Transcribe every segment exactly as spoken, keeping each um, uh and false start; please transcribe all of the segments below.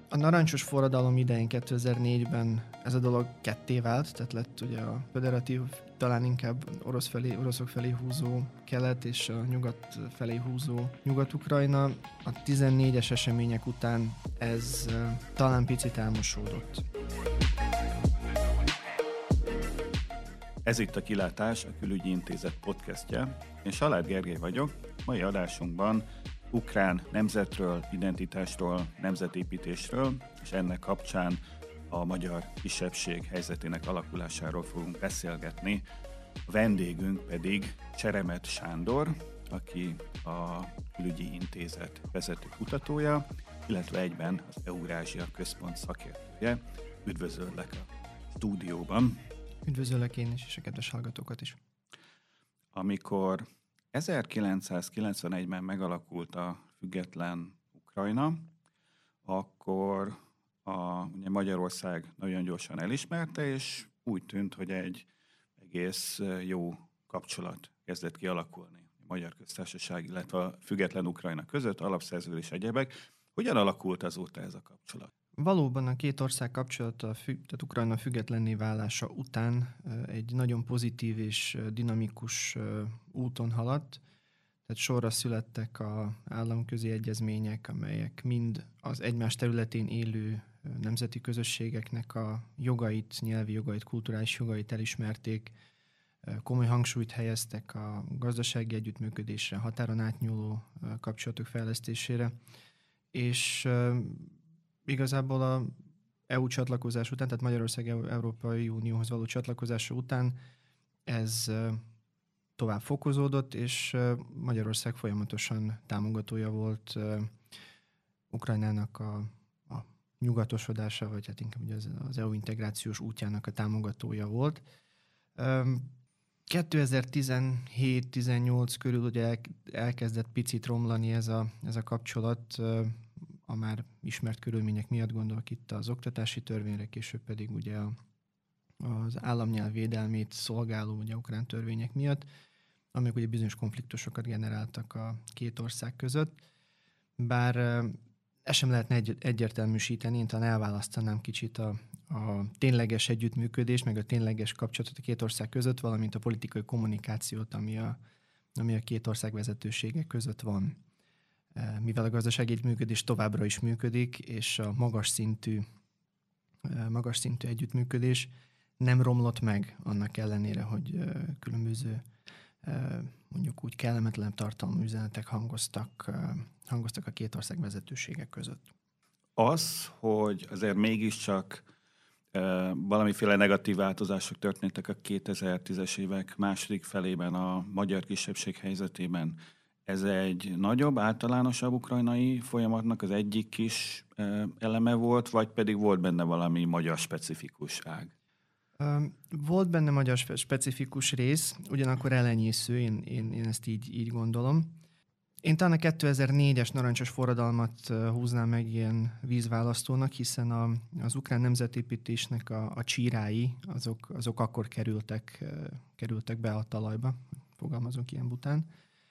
A narancsos forradalom idején kétezer-négyben ez a dolog ketté vált, tehát lett ugye a föderatív, talán inkább orosz felé, oroszok felé húzó kelet és a nyugat felé húzó Nyugat-Ukrajna. A tizennégyes események után ez uh, talán picit elmosódott. Ez itt a Kilátás, a Külügyi Intézet podcastje. Én Salád Gergely vagyok. Mai adásunkban ukrán nemzetről, identitásról, nemzetépítésről, és ennek kapcsán a magyar kisebbség helyzetének alakulásáról fogunk beszélgetni. A vendégünk pedig Cseremet Sándor, aki a Külügyi Intézet vezető kutatója, illetve egyben az Eurázsia Központ szakértője. Üdvözöllek a stúdióban. Üdvözöllek én is, és a kedves hallgatókat is. Amikor ezerkilencszázkilencvenegyben megalakult a független Ukrajna, akkor a, ugye Magyarország nagyon gyorsan elismerte, és úgy tűnt, hogy egy egész jó kapcsolat kezdett kialakulni a Magyar Köztársaság, illetve a független Ukrajna között, alapszerződés egyebek. Hogyan alakult azóta ez a kapcsolat? Valóban a két ország kapcsolata, tehát Ukrajna függetlenné válása után egy nagyon pozitív és dinamikus úton haladt. Tehát sorra születtek az államközi egyezmények, amelyek mind az egymás területén élő nemzeti közösségeknek a jogait, nyelvi jogait, kulturális jogait elismerték, komoly hangsúlyt helyeztek a gazdasági együttműködésre, határon átnyúló kapcsolatok fejlesztésére, és igazából a é u csatlakozás után, tehát Magyarország Európai Unióhoz való csatlakozása után ez tovább fokozódott, és Magyarország folyamatosan támogatója volt Ukrajnának a, a nyugatosodása, vagy hát inkább ugye az, az é u integrációs útjának a támogatója volt. kétezer-tizenhét tizennyolc körül ugye elkezdett picit romlani ez a, ez a kapcsolat, a már ismert körülmények miatt, gondolok itt az oktatási törvényre, később pedig ugye a, az államnyelv védelmét szolgáló ugye ukrán törvények miatt, amik ugye bizonyos konfliktusokat generáltak a két ország között. Bár ezt sem lehetne egy, egyértelműsíteni, én talán elválasztanám kicsit a, a tényleges együttműködést, meg a tényleges kapcsolatot a két ország között, valamint a politikai kommunikációt, ami a, ami a két ország vezetősége között van. Mivel a gazdasági együttműködés továbbra is működik, és a magas szintű, magas szintű együttműködés nem romlott meg annak ellenére, hogy különböző mondjuk úgy kellemetlen tartalmú üzenetek hangoztak, hangoztak a két ország vezetőségek között. Az, hogy azért mégiscsak valamiféle negatív változások történtek a kétezer-tízes évek második felében a magyar kisebbség helyzetében, ez egy nagyobb, általánosabb ukrajnai folyamatnak az egyik kis eleme volt, vagy pedig volt benne valami magyar specifikusság? Volt benne magyar specifikus rész, ugyanakkor elenyésző, én, én, én ezt így, így gondolom. Én talán a kétezer-négyes narancsos forradalmat húznám meg ilyen vízválasztónak, hiszen a, az ukrán nemzetépítésnek a, a csírái, azok, azok akkor kerültek, kerültek be a talajba, fogalmazunk ilyen bután.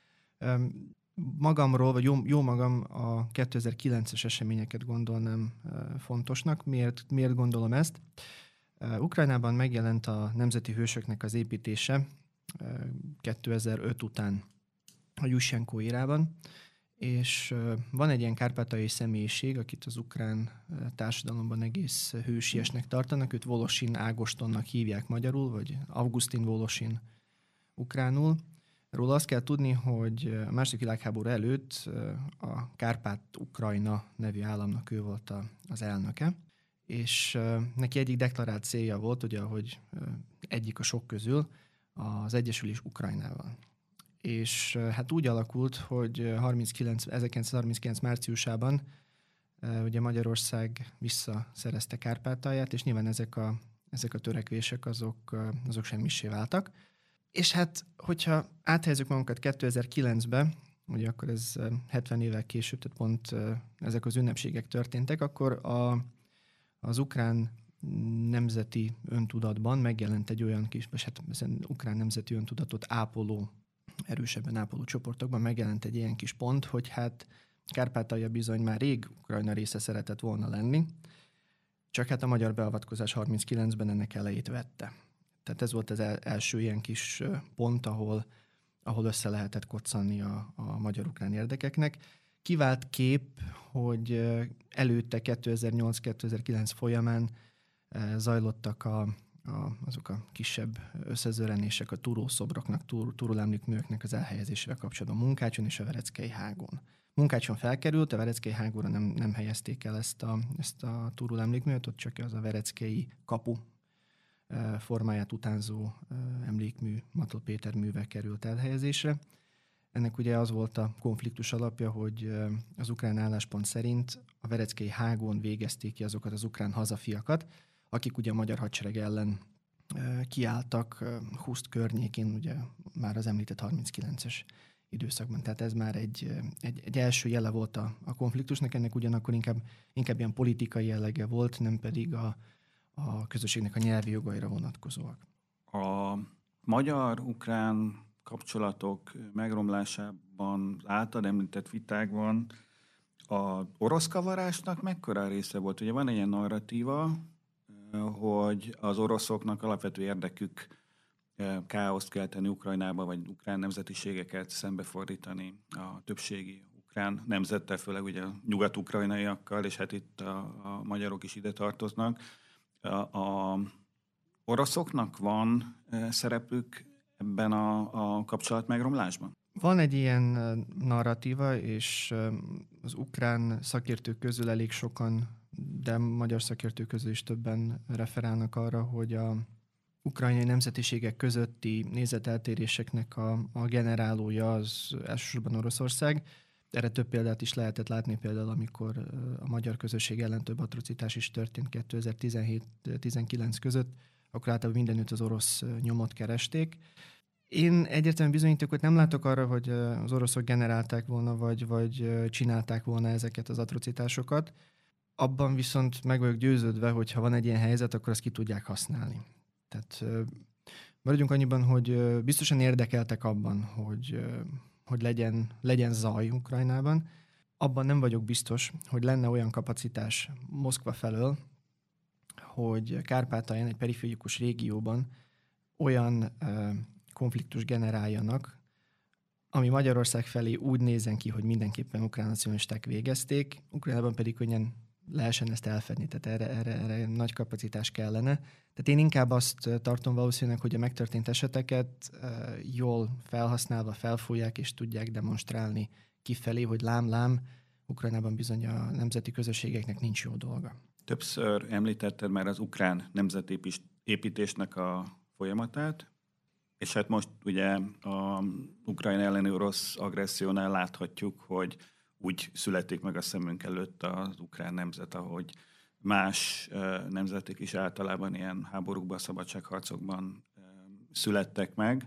Magamról, vagy jó, jó magam a kétezer-kilences eseményeket gondolnám fontosnak. Miért, miért gondolom ezt? Ukrajnában megjelent a Nemzeti Hősöknek az építése kétezer-öt után a Jushchenko érában, és van egy ilyen kárpátaljai személyiség, akit az ukrán társadalomban egész hősiesnek tartanak, őt Volosin Ágostonnak hívják magyarul, vagy Augustin Volosin ukránul. Róla azt kell tudni, hogy a második világháború előtt a Kárpát-Ukrajna nevű államnak ő volt a, az elnöke, és neki egyik deklarált célja volt, ugye, hogy egyik a sok közül az egyesülés Ukrajnával. És hát úgy alakult, hogy harminckilenc, ezerkilencszázharminckilenc márciusában ugye Magyarország visszaszerezte Kárpátalját, és nyilván ezek a, ezek a törekvések azok, azok semmissé váltak. És hát, hogyha áthelyezzük magunkat kétezer-kilencbe, ugye akkor ez hetven évvel később, tehát pont ezek az ünnepségek történtek, akkor a, az ukrán nemzeti öntudatban megjelent egy olyan kis, vagy hát az ukrán nemzeti öntudatot ápoló, erősebben ápoló csoportokban megjelent egy ilyen kis pont, hogy hát Kárpátalja bizony már rég Ukrajna része szeretett volna lenni, csak hát a magyar beavatkozás harminckilencben ennek elejét vette. Tehát ez volt az el- első ilyen kis pont, ahol, ahol össze lehetett koccanni a, a magyar-ukrán érdekeknek. Kivált kép, hogy előtte kétezer-nyolc kétezer-kilenc folyamán zajlottak a, a, azok a kisebb összezörenések a túrószobroknak, túr, túrólemlékműveknek az elhelyezésére kapcsolatban Munkácson és a Vereckei hágón. Munkácson felkerült, a Vereckei hágóra nem, nem helyezték el ezt a, ezt a túrólemlékművet, ott csak az a Vereckei kapu formáját utánzó emlékmű, Matl Péter műve került elhelyezésre. Ennek ugye az volt a konfliktus alapja, hogy az ukrán álláspont szerint a Vereckei hágón végezték ki azokat az ukrán hazafiakat, akik ugye a magyar hadsereg ellen kiálltak Huszt környékén, ugye már az említett harminckilences időszakban. Tehát ez már egy, egy, egy első jele volt a, a konfliktusnak, ennek ugyanakkor inkább, inkább ilyen politikai jellege volt, nem pedig a, a közösségnek a nyelvi jogaira vonatkozóak. A magyar-ukrán kapcsolatok megromlásában, által említett vitákban az orosz kavarásnak mekkora része volt? Ugye van egy ilyen narratíva, hogy az oroszoknak alapvető érdekük káoszt kelteni Ukrajnába, vagy ukrán nemzetiségeket szembefordítani a többségi ukrán nemzettel, főleg ugye a nyugat-ukrajnaiakkal, és hát itt a, a magyarok is ide tartoznak. A, a oroszoknak van szerepük ebben a, a kapcsolat megromlásban? Van egy ilyen narratíva, és az ukrán szakértők közül elég sokan, de magyar szakértők közül is többen referálnak arra, hogy a ukrajnai nemzetiségek közötti nézeteltéréseknek a, a generálója az elsősorban Oroszország. Erre több példát is lehetett látni, például amikor a magyar közösség ellen több atrocitás is történt kétezer-tizenhét-tizenkilenc között, akkor általában mindenütt az orosz nyomot keresték. Én egyértelműen bizonyítékot nem látok arra, hogy az oroszok generálták volna, vagy, vagy csinálták volna ezeket az atrocitásokat. Abban viszont meg vagyok győződve, hogy ha van egy ilyen helyzet, akkor azt ki tudják használni. Tehát maradjunk annyiban, hogy biztosan érdekeltek abban, hogy, hogy legyen, legyen zaj Ukrajnában. Abban nem vagyok biztos, hogy lenne olyan kapacitás Moszkva felől, hogy Kárpátalján, egy periférikus régióban olyan konfliktus generáljanak, ami Magyarország felé úgy nézzen ki, hogy mindenképpen ukrán nacionalisták végezték, Ukrajnában pedig könnyen lehessen ezt elfedni, tehát erre, erre, erre nagy kapacitás kellene. Tehát én inkább azt tartom valószínűleg, hogy a megtörtént eseteket jól felhasználva felfújják és tudják demonstrálni kifelé, hogy lám-lám, Ukrajnában bizony a nemzeti közösségeknek nincs jó dolga. Többször említetted már az ukrán nemzetépítésnek a folyamatát, és hát most ugye a Ukrajna elleni orosz agressziónál láthatjuk, hogy úgy születik meg a szemünk előtt az ukrán nemzet, ahogy más nemzetek is általában ilyen háborúkban, szabadságharcokban születtek meg.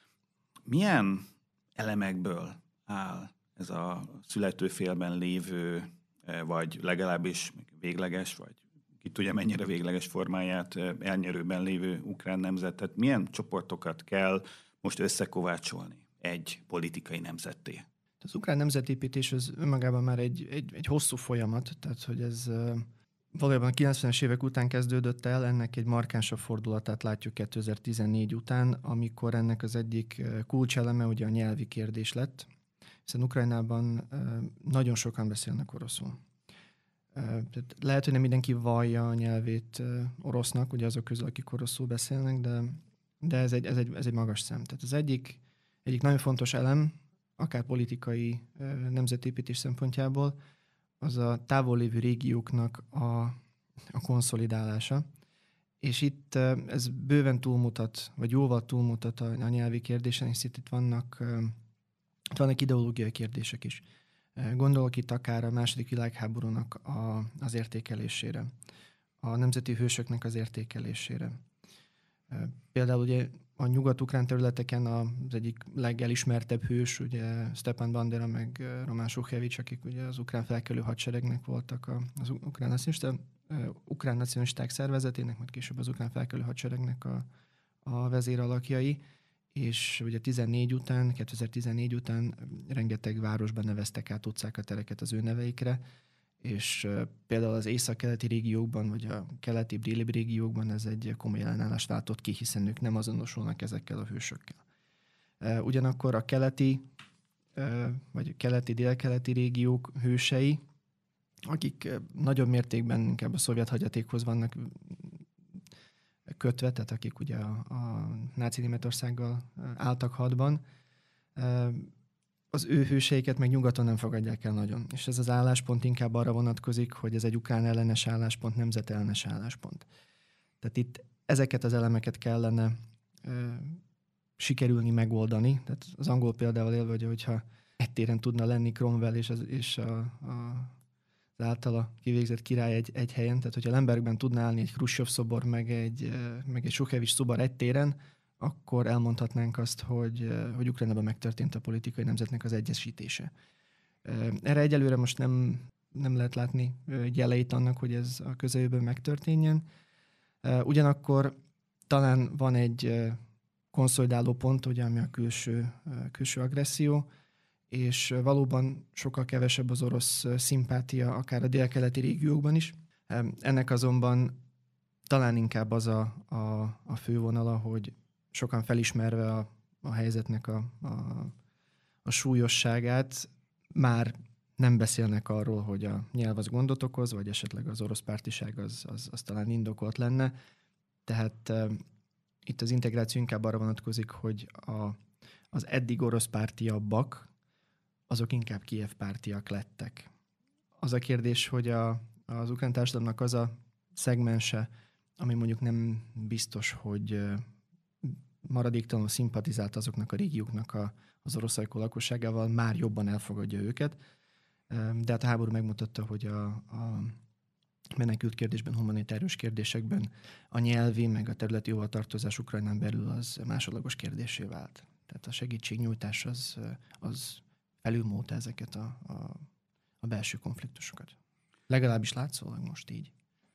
Milyen elemekből áll ez a születőfélben lévő, vagy legalábbis végleges, vagy ki tudja mennyire végleges formáját elnyerőben lévő ukrán nemzet? Tehát milyen csoportokat kell most összekovácsolni egy politikai nemzetté? Az ukrán nemzetépítés az önmagában már egy, egy, egy hosszú folyamat, tehát hogy ez valójában a kilencvenes évek után kezdődött el, ennek egy markánsabb fordulatát látjuk kétezer-tizennégy után, amikor ennek az egyik kulcseleme ugye a nyelvi kérdés lett, hiszen Ukrajnában nagyon sokan beszélnek oroszul. Tehát lehet, hogy nem mindenki vallja a nyelvét orosznak, ugye azok közül, akik oroszul beszélnek, de, de ez, egy, ez, egy, ez egy magas szám. Tehát az egyik, egyik nagyon fontos elem, akár politikai nemzetépítés szempontjából, az a távol lévő régióknak a, a konszolidálása. És itt ez bőven túlmutat, vagy jóval túlmutat a, a nyelvi kérdésen, és itt vannak, itt vannak ideológiai kérdések is. Gondolok itt akár a második világháborúnak a, az értékelésére, a nemzeti hősöknek az értékelésére. Például ugye a nyugat-ukrán területeken az egyik legelismertebb hős, ugye Stepan Bandera meg Roman Szuchjevics, akik ugye az ukrán felkelő hadseregnek voltak az ukrán nacionalisták, ukrán nacionalisták szervezetének, majd később az ukrán felkelő hadseregnek a, a vezéralakjai, és ugye tizennégy után, kétezer-tizennégy után rengeteg városban neveztek át utcákat, tereket az ő neveikre, és például az észak-keleti régiókban, vagy a keleti-déli régiókban ez egy komoly ellenállást váltott ki, hiszen ők nem azonosulnak ezekkel a hősökkel. Ugyanakkor a keleti, vagy a keleti-délkeleti régiók hősei, akik nagyobb mértékben inkább a szovjet hagyatékhoz vannak kötve, tehát akik ugye a, a náci Németországgal álltak hadban, az ő hőseiket meg nyugaton nem fogadják el nagyon. És ez az álláspont inkább arra vonatkozik, hogy ez egy ukrán ellenes álláspont, nemzetellenes álláspont. Tehát itt ezeket az elemeket kellene ö, sikerülni megoldani. Tehát az angol példával élve, hogy hogyha egy téren tudna lenni Cromwell és az, és a, a, az általa kivégzett király egy, egy helyen, tehát hogyha Lembergben tudna állni egy Hruscsov szobor, meg egy, meg egy Sukevich szobor egy téren, akkor elmondhatnánk azt, hogy, hogy Ukrajnában megtörtént a politikai nemzetnek az egyesítése. Erre egyelőre most nem, nem lehet látni jeleit annak, hogy ez a közeljövőben megtörténjen. Ugyanakkor talán van egy konszolidáló pont, ugye, ami a külső, külső agresszió, és valóban sokkal kevesebb az orosz szimpátia, akár a délkeleti régiókban is. Ennek azonban talán inkább az a, a, a fővonala, hogy sokan felismerve a, a helyzetnek a, a, a súlyosságát, már nem beszélnek arról, hogy a nyelv az gondot okoz, vagy esetleg az orosz pártiság az, az, az talán indokolt lenne. Tehát e, itt az integráció inkább arra vonatkozik, hogy a, az eddig orosz pártiabbak, azok inkább Kijev pártiak lettek. Az a kérdés, hogy a, az ukrán társadalomnak az a szegmense, ami mondjuk nem biztos, hogy maradéktalanul szimpatizált azoknak a régióknak a, az oroszajkó lakosságával, már jobban elfogadja őket. De hát a háború megmutatta, hogy a, a menekült kérdésben, humanitárius kérdésekben a nyelvi, meg a területi hovatartozás Ukrajnán belül az másodlagos kérdésé vált. Tehát a segítségnyújtás az, az felülmúlta ezeket a, a, a belső konfliktusokat. Legalábbis látszólag most így.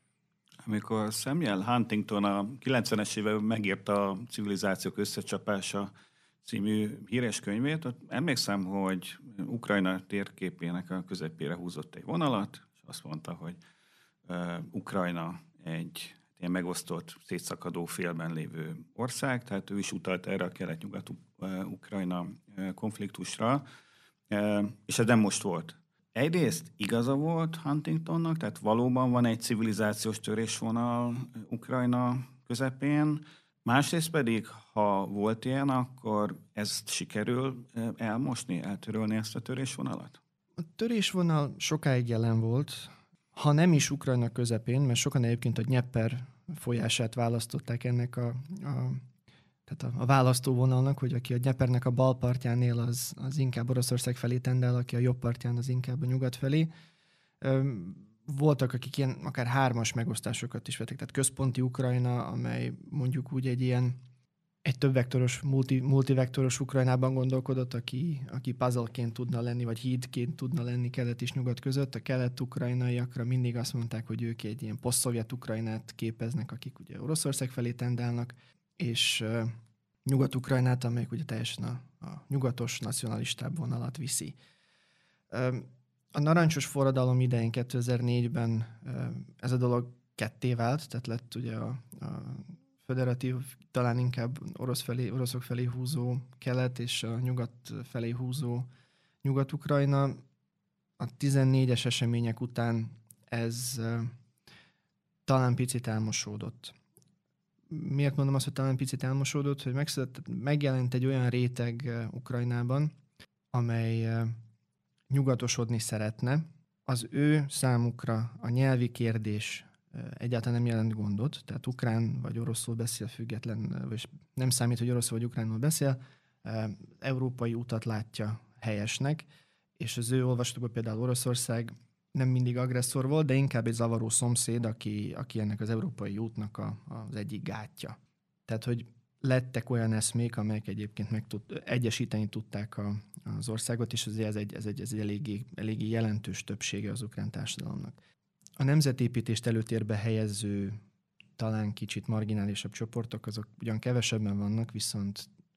Amikor Samuel Huntington a kilencvenes években megírta a Civilizációk összecsapása című híres könyvét, ott emlékszem, hogy Ukrajna térképének a közepére húzott egy vonalat, és azt mondta, hogy uh, Ukrajna egy ilyen megosztott, szétszakadó félben lévő ország, tehát ő is utalt erre a kelet-nyugat-Ukrajna konfliktusra, uh, és ez nem most volt. Egyrészt igaza volt Huntingtonnak, tehát valóban van egy civilizációs törésvonal Ukrajna közepén, másrészt pedig, ha volt ilyen, akkor ezt sikerül elmosni, eltörölni ezt a törésvonalat? A törésvonal sokáig jelen volt, ha nem is Ukrajna közepén, mert sokan egyébként a Dnyeper folyását választották ennek a, a tehát a, a választóvonalnak, hogy aki a Dnyepernek a bal partján él, az, az inkább Oroszország felé tendál, aki a jobb partján, az inkább a nyugat felé. Voltak, akik ilyen akár hármas megosztásokat is vettek, tehát központi Ukrajna, amely mondjuk úgy egy ilyen egy többvektoros, multi, multivektoros Ukrajnában gondolkodott, aki, aki puzzleként tudna lenni, vagy hídként tudna lenni kelet és nyugat között. A kelet-ukrajnaiakra mindig azt mondták, hogy ők egy ilyen poszt-szovjet Ukrajnát képeznek, akik ugye Oroszország felé tendálnak, és uh, Nyugat-Ukrajnát, amelyik ugye teljesen a, a nyugatos, nacionalistább vonalat viszi. Uh, a narancsos forradalom idején kétezer-négyben uh, ez a dolog ketté vált, tehát lett ugye a, a föderatív, talán inkább orosz felé, oroszok felé húzó kelet, és a nyugat felé húzó Nyugat-Ukrajna. A tizennégyes események után ez uh, talán picit elmosódott. Miért mondom azt, hogy talán picit elmosódott, hogy megjelent egy olyan réteg uh, Ukrajnában, amely uh, nyugatosodni szeretne. Az ő számukra a nyelvi kérdés uh, egyáltalán nem jelent gondot, tehát ukrán vagy oroszul beszél független, vagy nem számít, hogy oroszul vagy ukránul beszél, uh, európai utat látja helyesnek, és az ő olvastukban például Oroszország nem mindig agresszor volt, de inkább egy zavaró szomszéd, aki, aki ennek az európai útnak a, az egyik gátja. Tehát, hogy lettek olyan eszmék, amelyek egyébként meg tud, egyesíteni tudták a, az országot, és ez egy, ez egy, ez egy eléggé, eléggé jelentős többsége az ukrán társadalomnak. A nemzetépítést előtérbe helyező, talán kicsit marginálisabb csoportok, azok ugyan kevesebben vannak, viszont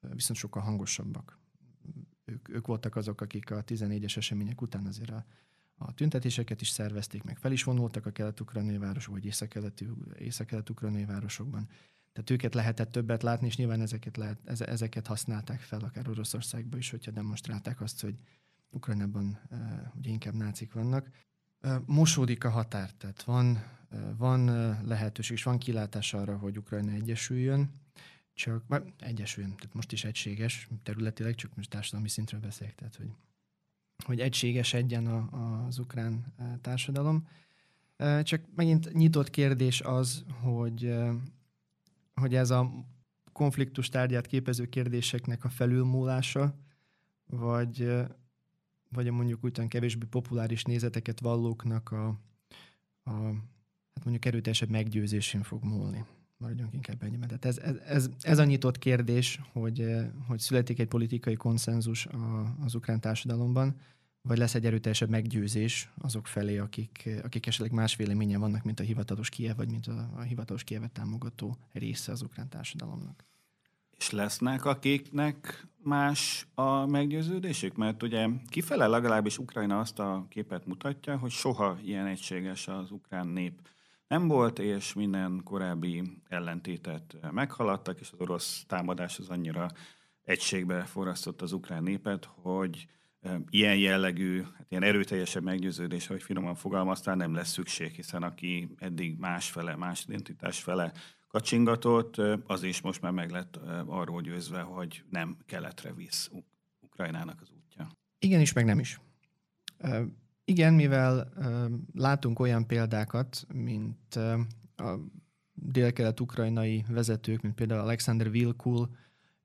viszont sokkal hangosabbak. Ők, ők voltak azok, akik a tizennégyes események után azért a, a tüntetéseket is szervezték, meg fel is vonultak a kelet-ukrajnai városok, vagy észak-kelet-ukrajnai városokban. Tehát őket lehetett többet látni, és nyilván ezeket, lehet, ezeket használták fel akár Oroszországban is, hogyha demonstrálták azt, hogy Ukrajnában uh, ugye inkább nácik vannak. Uh, mosódik a határ, tehát van, uh, van uh, lehetőség, és van kilátás arra, hogy Ukrajna egyesüljön, csak uh, egyesüljön, tehát most is egységes területileg, csak most társadalmi szintről beszélek, tehát hogy, hogy egységesedjen a, az ukrán uh, társadalom. Uh, csak megint nyitott kérdés az, hogy, uh, hogy ez a konfliktus tárgyát képező kérdéseknek a felülmúlása, vagy uh, vagy a mondjuk úgy kevésbé populáris nézeteket vallóknak a, a hát mondjuk erőteljesebb meggyőzésén fog múlni. Maradjunk inkább ennyiben. Tehát ez, ez, ez, ez a nyitott kérdés, hogy, hogy születik egy politikai konszenzus a, az ukrán társadalomban, vagy lesz egy erőteljesebb meggyőzés azok felé, akik, akik esetleg más véleményen vannak, mint a hivatalos Kijev, vagy mint a, a hivatalos Kijevet támogató része az ukrán társadalomnak. És lesznek, akiknek más a meggyőződésük? Mert ugye kifele legalábbis Ukrajna azt a képet mutatja, hogy soha ilyen egységes az ukrán nép nem volt, és minden korábbi ellentétet meghaladtak, és az orosz támadás az annyira egységbe forrasztott az ukrán népet, hogy ilyen jellegű, hát ilyen erőteljesebb meggyőződés, hogy finoman fogalmaztál, nem lesz szükség, hiszen aki eddig másfele, más identitás fele kacsingatott, az is most már meg lett arról győzve, hogy nem keletre visz Ukrajnának az útja. Igen is, meg nem is. Uh, igen, mivel uh, látunk olyan példákat, mint uh, a dél-kelet-ukrajnai vezetők, mint például Alexander Vilkul,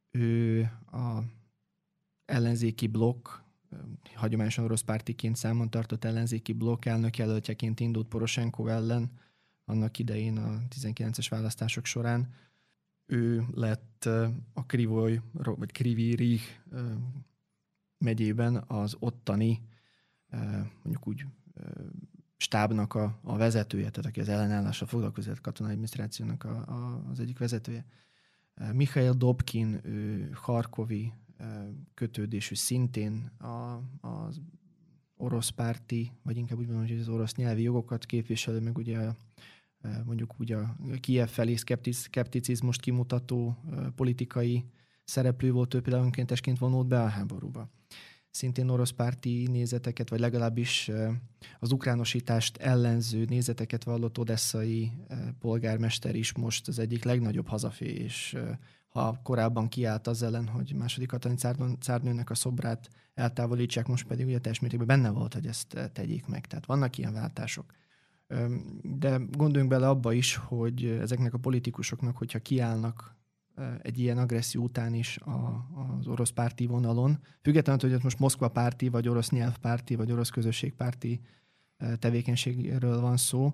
ő a ellenzéki blokk, uh, hagyományosan orosz pártiként számon tartott ellenzéki blokk elnökjelöltjeként indult Poroshenko ellen, annak idején a tizenkilences választások során. Ő lett a Krivoy, vagy Kryvyi Rih megyében az ottani, mondjuk úgy, stábnak a, a vezetője, tehát aki az ellenállással foglalkozott katonai adminisztrációnak a, a, az egyik vezetője. Mikhail Dobkin, ő harkovi kötődésű, szintén a, az orosz párti, vagy inkább úgy mondom, hogy az orosz nyelvi jogokat képviselő, meg ugye a mondjuk úgy a Kijev felé szkepticizmust kimutató politikai szereplő volt, ő például önkéntesként vonult be a háborúba. Szintén orosz párti nézeteket, vagy legalábbis az ukránosítást ellenző nézeteket vallott odesszai polgármester is most az egyik legnagyobb hazafé, és ha korábban kiállt az ellen, hogy második Katalin cárnőnek a szobrát eltávolítsák, most pedig ugye teljes mértékben benne volt, hogy ezt tegyék meg. Tehát vannak ilyen váltások. De gondoljunk bele abba is, hogy ezeknek a politikusoknak, hogyha kiállnak egy ilyen agresszió után is a, az orosz párti vonalon, függetlenül, hogy most Moszkva párti, vagy orosz nyelvpárti, vagy orosz közösségpárti tevékenységről van szó,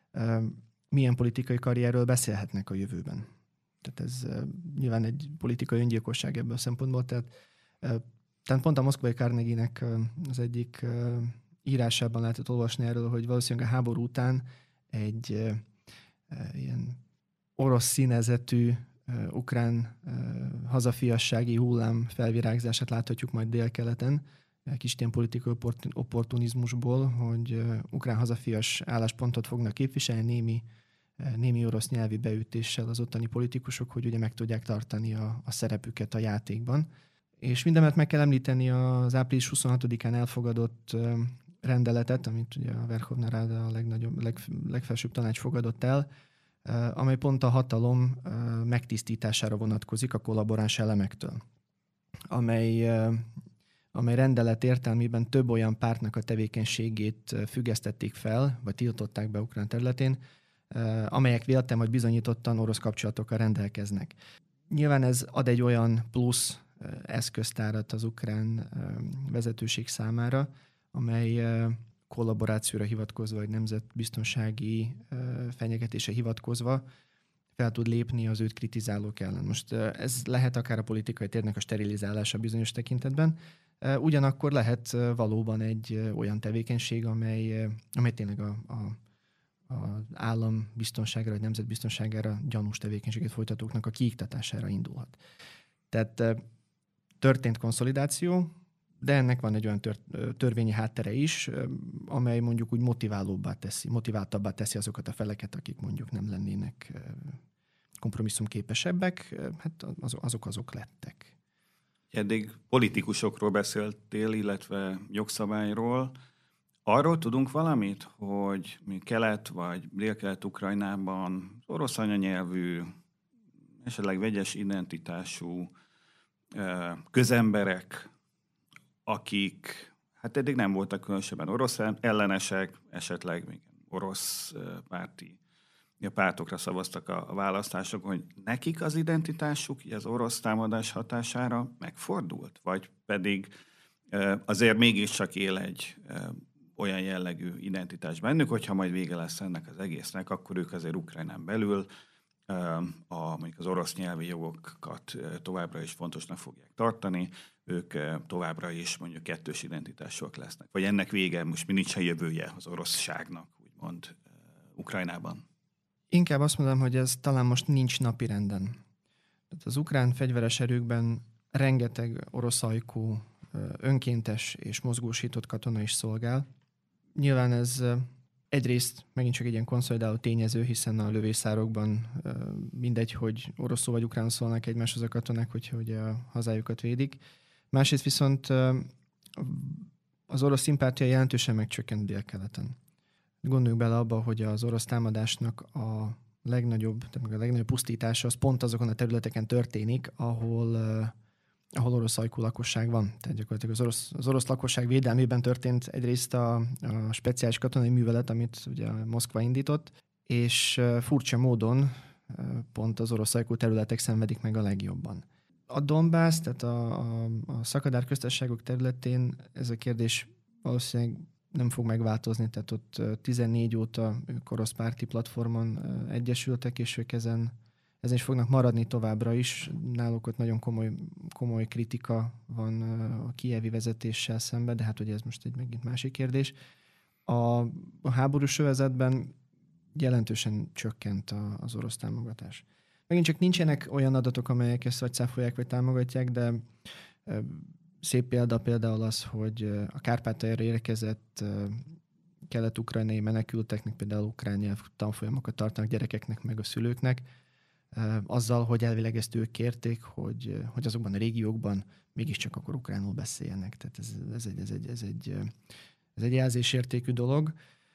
milyen politikai karrierről beszélhetnek a jövőben. Tehát ez nyilván egy politikai öngyilkosság ebből a szempontból. Tehát, tehát pont a moszkvai Carnegie-nek az egyik írásában lehetett olvasni erről, hogy valószínűleg a háború után egy e, e, ilyen orosz színezetű e, ukrán e, hazafiassági hullám felvirágzását láthatjuk majd délkeleten, kis ilyen politikai opportunizmusból, hogy e, ukrán hazafias álláspontot fognak képviselni némi, e, némi orosz nyelvi beütéssel az ottani politikusok, hogy ugye meg tudják tartani a, a szerepüket a játékban. És mindemellett meg kell említeni az április huszonhatodikán elfogadott e, rendeletet, amit ugye a Verkhovna Rada a legnagyobb, leg, legfelsőbb tanács fogadott el, amely pont a hatalom megtisztítására vonatkozik a kollaboráns elemektől, amely, amely rendelet értelmében több olyan pártnak a tevékenységét függesztették fel, vagy tiltották be ukrán területén, amelyek véletlen vagy bizonyítottan orosz kapcsolatokkal rendelkeznek. Nyilván ez ad egy olyan plusz eszköztárat az ukrán vezetőség számára, amely kollaborációra hivatkozva, vagy nemzetbiztonsági fenyegetése hivatkozva fel tud lépni az őt kritizálók ellen. Most ez lehet akár a politikai térnek a sterilizálása bizonyos tekintetben, ugyanakkor lehet valóban egy olyan tevékenység, amely, amely tényleg a, a, a állam biztonságára, vagy nemzetbiztonságára gyanús tevékenységet folytatóknak a kiiktatására indulhat. Tehát történt konszolidáció, de ennek van egy olyan tör, törvényi háttere is, amely mondjuk úgy motiválóbbá teszi, motiváltabbá teszi azokat a feleket, akik mondjuk nem lennének kompromisszumképesebbek, hát azok azok lettek. Eddig politikusokról beszéltél, illetve jogszabályról. Arról tudunk valamit, hogy mi Kelet vagy Dél-Kelet-Ukrajnában orosz anyanyelvű, esetleg vegyes identitású közemberek, akik hát eddig nem voltak különösebben orosz ellenesek, esetleg még orosz párti a pártokra szavaztak a választások, hogy nekik az identitásuk az orosz támadás hatására megfordult, vagy pedig azért mégiscsak él egy olyan jellegű identitás bennük, hogyha majd vége lesz ennek az egésznek, akkor ők azért Ukrajnán belül a, mondjuk az orosz nyelvi jogokat továbbra is fontosnak fogják tartani, ők továbbra is mondjuk kettős identitásúak lesznek. Vagy ennek vége, most mi nincs a jövője az oroszságnak, úgymond Ukrajnában. Inkább azt mondom, hogy ez talán most nincs napirenden. Tehát az ukrán fegyveres erőkben rengeteg orosz ajkú, önkéntes és mozgósított katona is szolgál. Nyilván ez egyrészt megint csak egy ilyen konszolidáló tényező, hiszen a lövészárokban mindegy, hogy oroszul vagy ukrán szólnak egymáshoz a katonák, hogyha ugye a hazájukat védik. Másrészt viszont az orosz szimpátia jelentősen megcsökkent Dél-Keleten. Gondoljuk bele abba, hogy az orosz támadásnak a legnagyobb, tehát a legnagyobb pusztítása az pont azokon a területeken történik, ahol, uh, ahol orosz ajkú lakosság van. Tehát gyakorlatilag az orosz, az orosz lakosság védelmében történt egyrészt a, a speciális katonai művelet, amit ugye Moszkva indított, és uh, furcsa módon uh, pont az orosz ajkú területek szenvedik meg a legjobban. A Donbass, tehát a, a, a szakadár köztársaságok területén ez a kérdés valószínűleg nem fog megváltozni, tehát ott tizennégy óta ők orosz párti platformon egyesültek, és ők ezen, ezen is fognak maradni továbbra is. Náluk ott nagyon komoly, komoly kritika van a kijevi vezetéssel szemben, de hát ugye ez most egy megint másik kérdés. A, a háborús övezetben jelentősen csökkent a, az orosz támogatás. Megint csak nincsenek olyan adatok, amelyek ezt vagy cáfolják, vagy támogatják, de szép példa például az, hogy a Kárpátaljára érkezett kelet-ukrajnai menekülteknek például ukrán nyelv tanfolyamokat tartanak gyerekeknek meg a szülőknek, azzal, hogy elvileg ezt ők kérték, hogy, hogy azokban a régiókban mégiscsak akkor ukránul beszéljenek. Tehát ez, ez, egy, ez, egy, ez, egy, ez egy jelzésértékű dolog.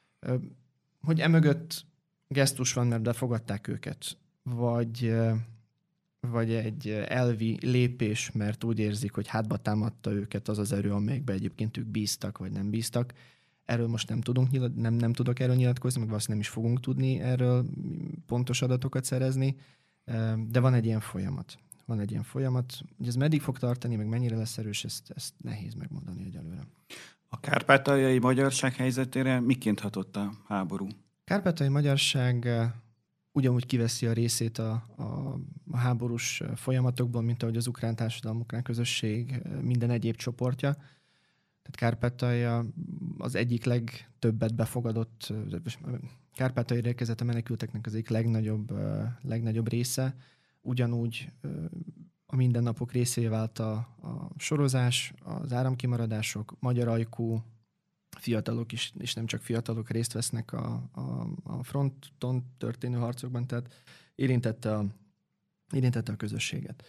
Hogy emögött gesztus van, mert befogadták őket, vagy... vagy egy elvi lépés, mert úgy érzik, hogy hátba támadta őket az az erő, amelyekben egyébként ők bíztak, vagy nem bíztak. Erről most nem tudunk, nem, nem tudok erről nyilatkozni, meg valószínűleg nem is fogunk tudni erről pontos adatokat szerezni, de van egy ilyen folyamat. Van egy ilyen folyamat. Hogy ez meddig fog tartani, meg mennyire lesz erős, ezt, ezt nehéz megmondani egyelőre. A kárpátaljai magyarság helyzetére miként hatott a háború? Kárpátaljai magyarság ugyanúgy kiveszi a részét a, a, a háborús folyamatokból, mint ahogy az ukrán társadalom, ukrán közösség, minden egyéb csoportja. Tehát Kárpátalja az egyik legtöbbet befogadott, Kárpátaljai érkezett a menekülteknek az egyik legnagyobb, legnagyobb része. Ugyanúgy a mindennapok részévé vált a, a sorozás, az áramkimaradások, magyar ajkú, fiatalok is, és nem csak fiatalok részt vesznek a, a, a fronton történő harcokban, tehát érintette a, érintette a közösséget.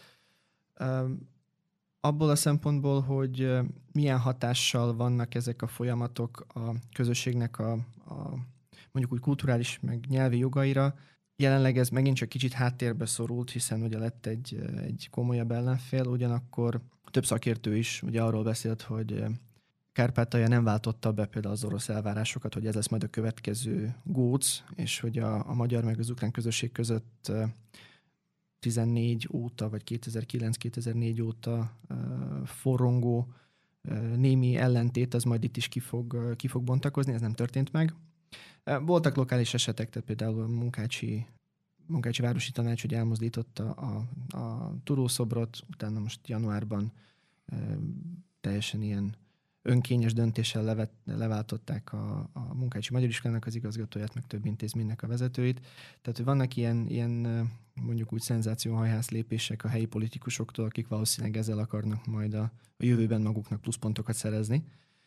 Abból a szempontból, hogy milyen hatással vannak ezek a folyamatok a közösségnek a, a mondjuk úgy kulturális, meg nyelvi jogaira, jelenleg ez megint csak kicsit háttérbe szorult, hiszen ugye lett egy, egy komolyabb ellenfél, ugyanakkor több szakértő is ugye arról beszélt, hogy Kárpátalja nem váltotta be például az orosz elvárásokat, hogy ez lesz majd a következő góc, és hogy a, a magyar meg az ukrán közösség között tizennégy óta, vagy kétezer-kilenc-kétezer-négy óta uh, forrongó uh, némi ellentét, az majd itt is ki fog, uh, ki fog bontakozni, ez nem történt meg. Uh, voltak lokális esetek, tehát például a Munkácsi, Munkácsi Városi Tanács, hogy elmozdította a, a Turószobrot, utána most januárban uh, teljesen ilyen önkényes döntéssel levet, leváltották a, a Munkácsi Magyar Iskolának az igazgatóját, meg több intézménynek a vezetőit. Tehát, hogy vannak ilyen, ilyen mondjuk úgy szenzációhajhász lépések a helyi politikusoktól, akik valószínűleg ezzel akarnak majd a, a jövőben maguknak pluszpontokat szerezni.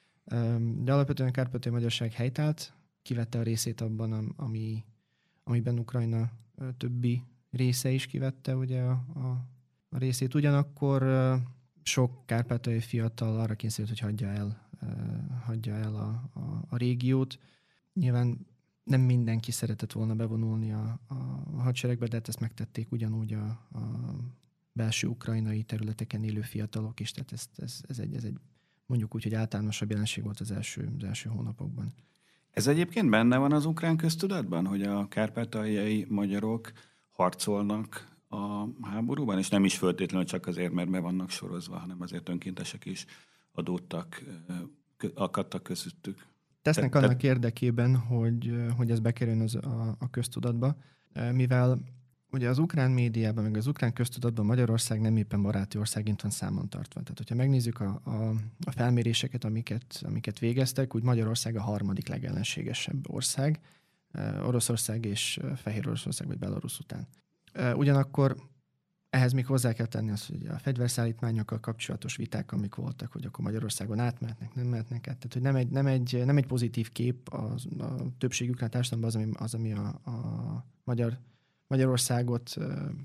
De alapvetően a kárpátaljai magyarság helytált, kivette a részét abban, ami, amiben Ukrajna többi része is kivette ugye a, a, a részét. Ugyanakkor sok kárpátaljai fiatal arra kényszerült, hogy hagyja el, hagyja el a, a, a régiót. Nyilván nem mindenki szeretett volna bevonulni a, a hadseregbe, de hát ezt megtették ugyanúgy a, a belső ukrajnai területeken élő fiatalok is. Tehát ez, ez, ez, egy, ez egy mondjuk úgy, hogy általánosabb jelenség volt az első, az első hónapokban. Ez egyébként benne van az ukrán köztudatban, hogy a kárpátaljai magyarok harcolnak a háborúban, és nem is feltétlenül csak azért, mert be vannak sorozva, hanem azért önkéntesek is adódtak, akadtak közöttük. Tesznek te, annak te... érdekében, hogy, hogy ez bekerüljön az, a, a köztudatba, mivel ugye az ukrán médiában, meg az ukrán köztudatban Magyarország nem éppen baráti országként van számon tartva. Tehát, hogyha megnézzük a, a, a felméréseket, amiket, amiket végeztek, úgy Magyarország a harmadik legellenségesebb ország, Oroszország és Fehér Oroszország vagy Belarus után. Ugyanakkor ehhez még hozzá kell tenni azt, hogy a fegyverszállítmányokkal kapcsolatos viták, amik voltak, hogy akkor Magyarországon átmehetnek, nem mehetnek át. Tehát, hogy nem egy, nem egy, nem egy pozitív kép az, a többség ukrán társadalomban az, ami, az, ami a, a magyar, Magyarországot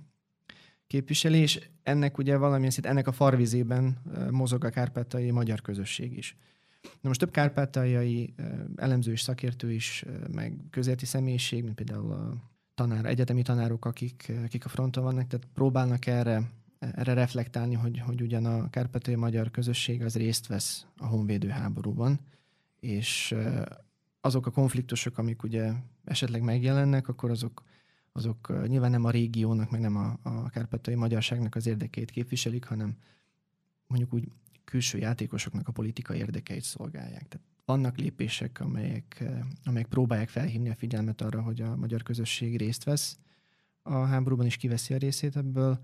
képviseli, és ennek ugye valamilyen szint, ennek a farvizében mozog a kárpátaljai magyar közösség is. Na most több kárpátaljai elemző és szakértő is, meg közéleti személyiség, mint például a tanár, egyetemi tanárok, akik, akik a fronton vannak, tehát próbálnak erre, erre reflektálni, hogy, hogy ugyan a kárpátaljai magyar közösség az részt vesz a honvédő háborúban, és azok a konfliktusok, amik ugye esetleg megjelennek, akkor azok, azok nyilván nem a régiónak, meg nem a, a kárpátaljai magyarságnak az érdekeit képviselik, hanem mondjuk úgy külső játékosoknak a politikai érdekeit szolgálják. Tehát vannak lépések, amelyek, amelyek próbálják felhívni a figyelmet arra, hogy a magyar közösség részt vesz a háborúban, is kiveszi a részét ebből,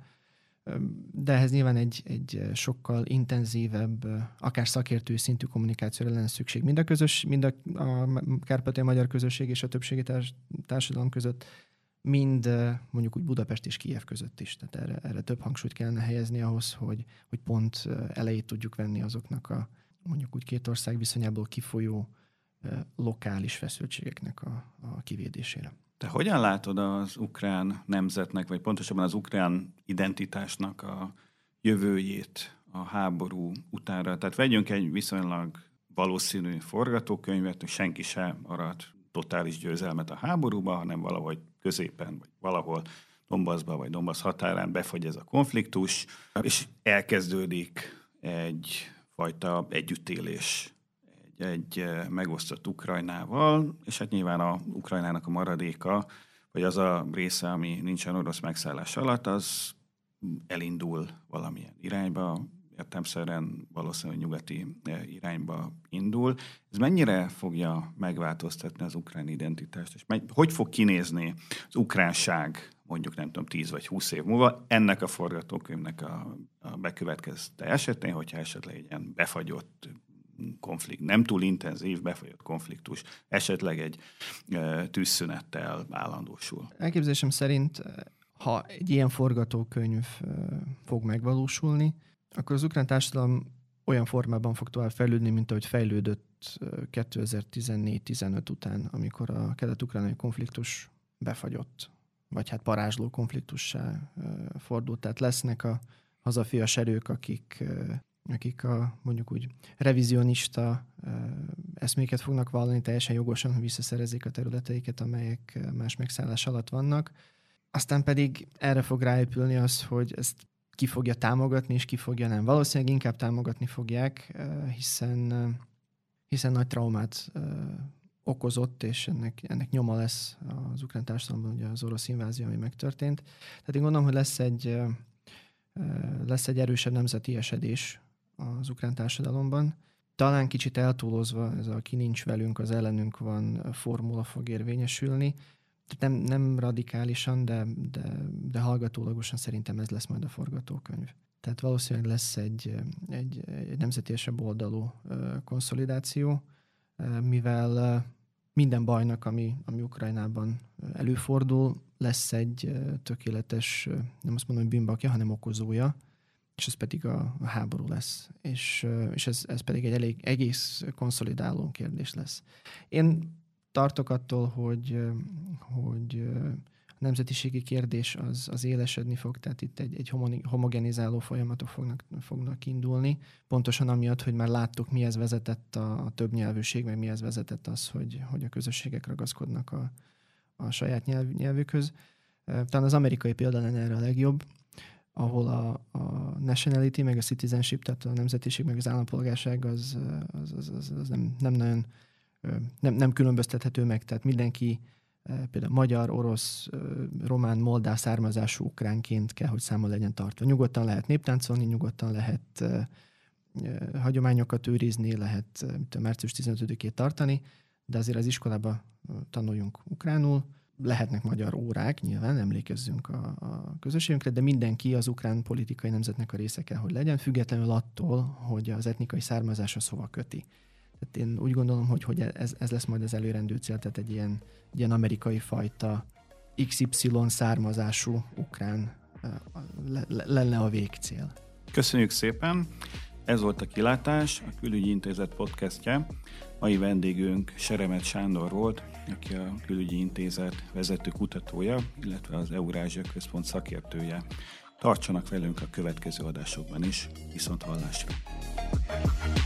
de ehhez nyilván egy, egy sokkal intenzívebb, akár szakértői szintű kommunikációra lenne szükség. Mind a, közös, mind a, a kárpátaljai magyar közösség és a többségi társ, társadalom között, mind mondjuk úgy Budapest és Kijev között is. Tehát erre, erre több hangsúlyt kellene helyezni ahhoz, hogy, hogy pont elejét tudjuk venni azoknak a mondjuk úgy két ország viszonyából kifolyó lokális feszültségeknek a, a kivédésére. Te hogyan látod az ukrán nemzetnek, vagy pontosabban az ukrán identitásnak a jövőjét a háború utánra? Tehát vegyünk egy viszonylag valószínű forgatókönyvet, hogy senki sem arat totális győzelmet a háborúba, hanem valahogy középen, vagy valahol Donbassba, vagy Donbass határán befagy ez a konfliktus, és elkezdődik egy fajta együttélés egy, egy megosztott Ukrajnával, és hát nyilván a Ukrajnának a maradéka, vagy az a része, ami nincsen orosz megszállás alatt, az elindul valamilyen irányba, értelemszerűen valószínűleg nyugati irányba indul. Ez mennyire fogja megváltoztatni az ukrán identitást, és hogy fog kinézni az ukránság mondjuk nem tudom, tíz vagy húsz év múlva, ennek a forgatókönyvnek a, a bekövetkezte esetén, hogyha esetleg egy ilyen befagyott konfliktus, nem túl intenzív, befagyott konfliktus, esetleg egy e, tűzszünettel állandósul. Elképzelésem szerint, ha egy ilyen forgatókönyv fog megvalósulni, akkor az ukrán társadalom olyan formában fog tovább fejlődni, mint ahogy fejlődött kétezer-tizennégy-tizenöt után, amikor a kelet-ukránai konfliktus befagyott, vagy hát parázsló konfliktussá fordult. Tehát lesznek a hazafias erők, akik, akik a mondjuk úgy revizionista eszméket fognak vallani, teljesen jogosan, hogy visszaszerezzék a területeiket, amelyek más megszállás alatt vannak. Aztán pedig erre fog ráépülni az, hogy ezt ki fogja támogatni, és ki fogja nem. Valószínűleg inkább támogatni fogják, hiszen, hiszen nagy traumát okozott, és ennek, ennek nyoma lesz az ukrán társadalomban, ugye az orosz invázió, ami megtörtént. Tehát én gondolom, hogy lesz egy, lesz egy erősebb nemzeti esedés az ukrán társadalomban. Talán kicsit eltúlozva, ez a ki nincs velünk, az ellenünk van formula fog érvényesülni. Tehát nem, nem radikálisan, de, de, de hallgatólagosan szerintem ez lesz majd a forgatókönyv. Tehát valószínűleg lesz egy, egy, egy nemzetiesebb oldalú konszolidáció, mivel minden bajnak, ami, ami Ukrajnában előfordul, lesz egy tökéletes, nem azt mondom, hogy bűnbakja, hanem okozója, és ez pedig a, a háború lesz. És, és ez, ez pedig egy elég egész konszolidáló kérdés lesz. Én tartok attól, hogy, hogy a nemzetiségi kérdés az, az élesedni fog, tehát itt egy, egy homogenizáló folyamatok fognak, fognak indulni. Pontosan amiatt, hogy már láttuk, mihez vezetett a, a többnyelvűség, meg mihez vezetett az, hogy, hogy a közösségek ragaszkodnak a, a saját nyelv, nyelvükhöz. Talán az amerikai példa lenne erre a legjobb, ahol a, a nationality, meg a citizenship, tehát a nemzetiség, meg az állampolgárság az, az, az, az, az nem, nem nagyon nem, nem különböztethető meg, tehát mindenki például magyar, orosz, román, moldáv származású ukránként kell, hogy számon legyen tartva. Nyugodtan lehet néptáncolni, nyugodtan lehet hagyományokat őrizni, lehet március tizenötödikét tartani, de azért az iskolába tanuljunk ukránul, lehetnek magyar órák, nyilván emlékezzünk a, a közösségünkre, de mindenki az ukrán politikai nemzetnek a része kell, hogy legyen, függetlenül attól, hogy az etnikai származása szóval köti. Tehát én úgy gondolom, hogy, hogy ez, ez lesz majd az előrendő cél, tehát egy ilyen, egy ilyen amerikai fajta iksz ipszilon származású ukrán lenne a végcél. Köszönjük szépen! Ez volt a Kilátás, a Külügyi Intézet podcastje. Mai vendégünk Seremet Sándor volt, aki a Külügyi Intézet vezető kutatója, illetve az Eurázsia Központ szakértője. Tartsanak velünk a következő adásokban is, viszont hallásra!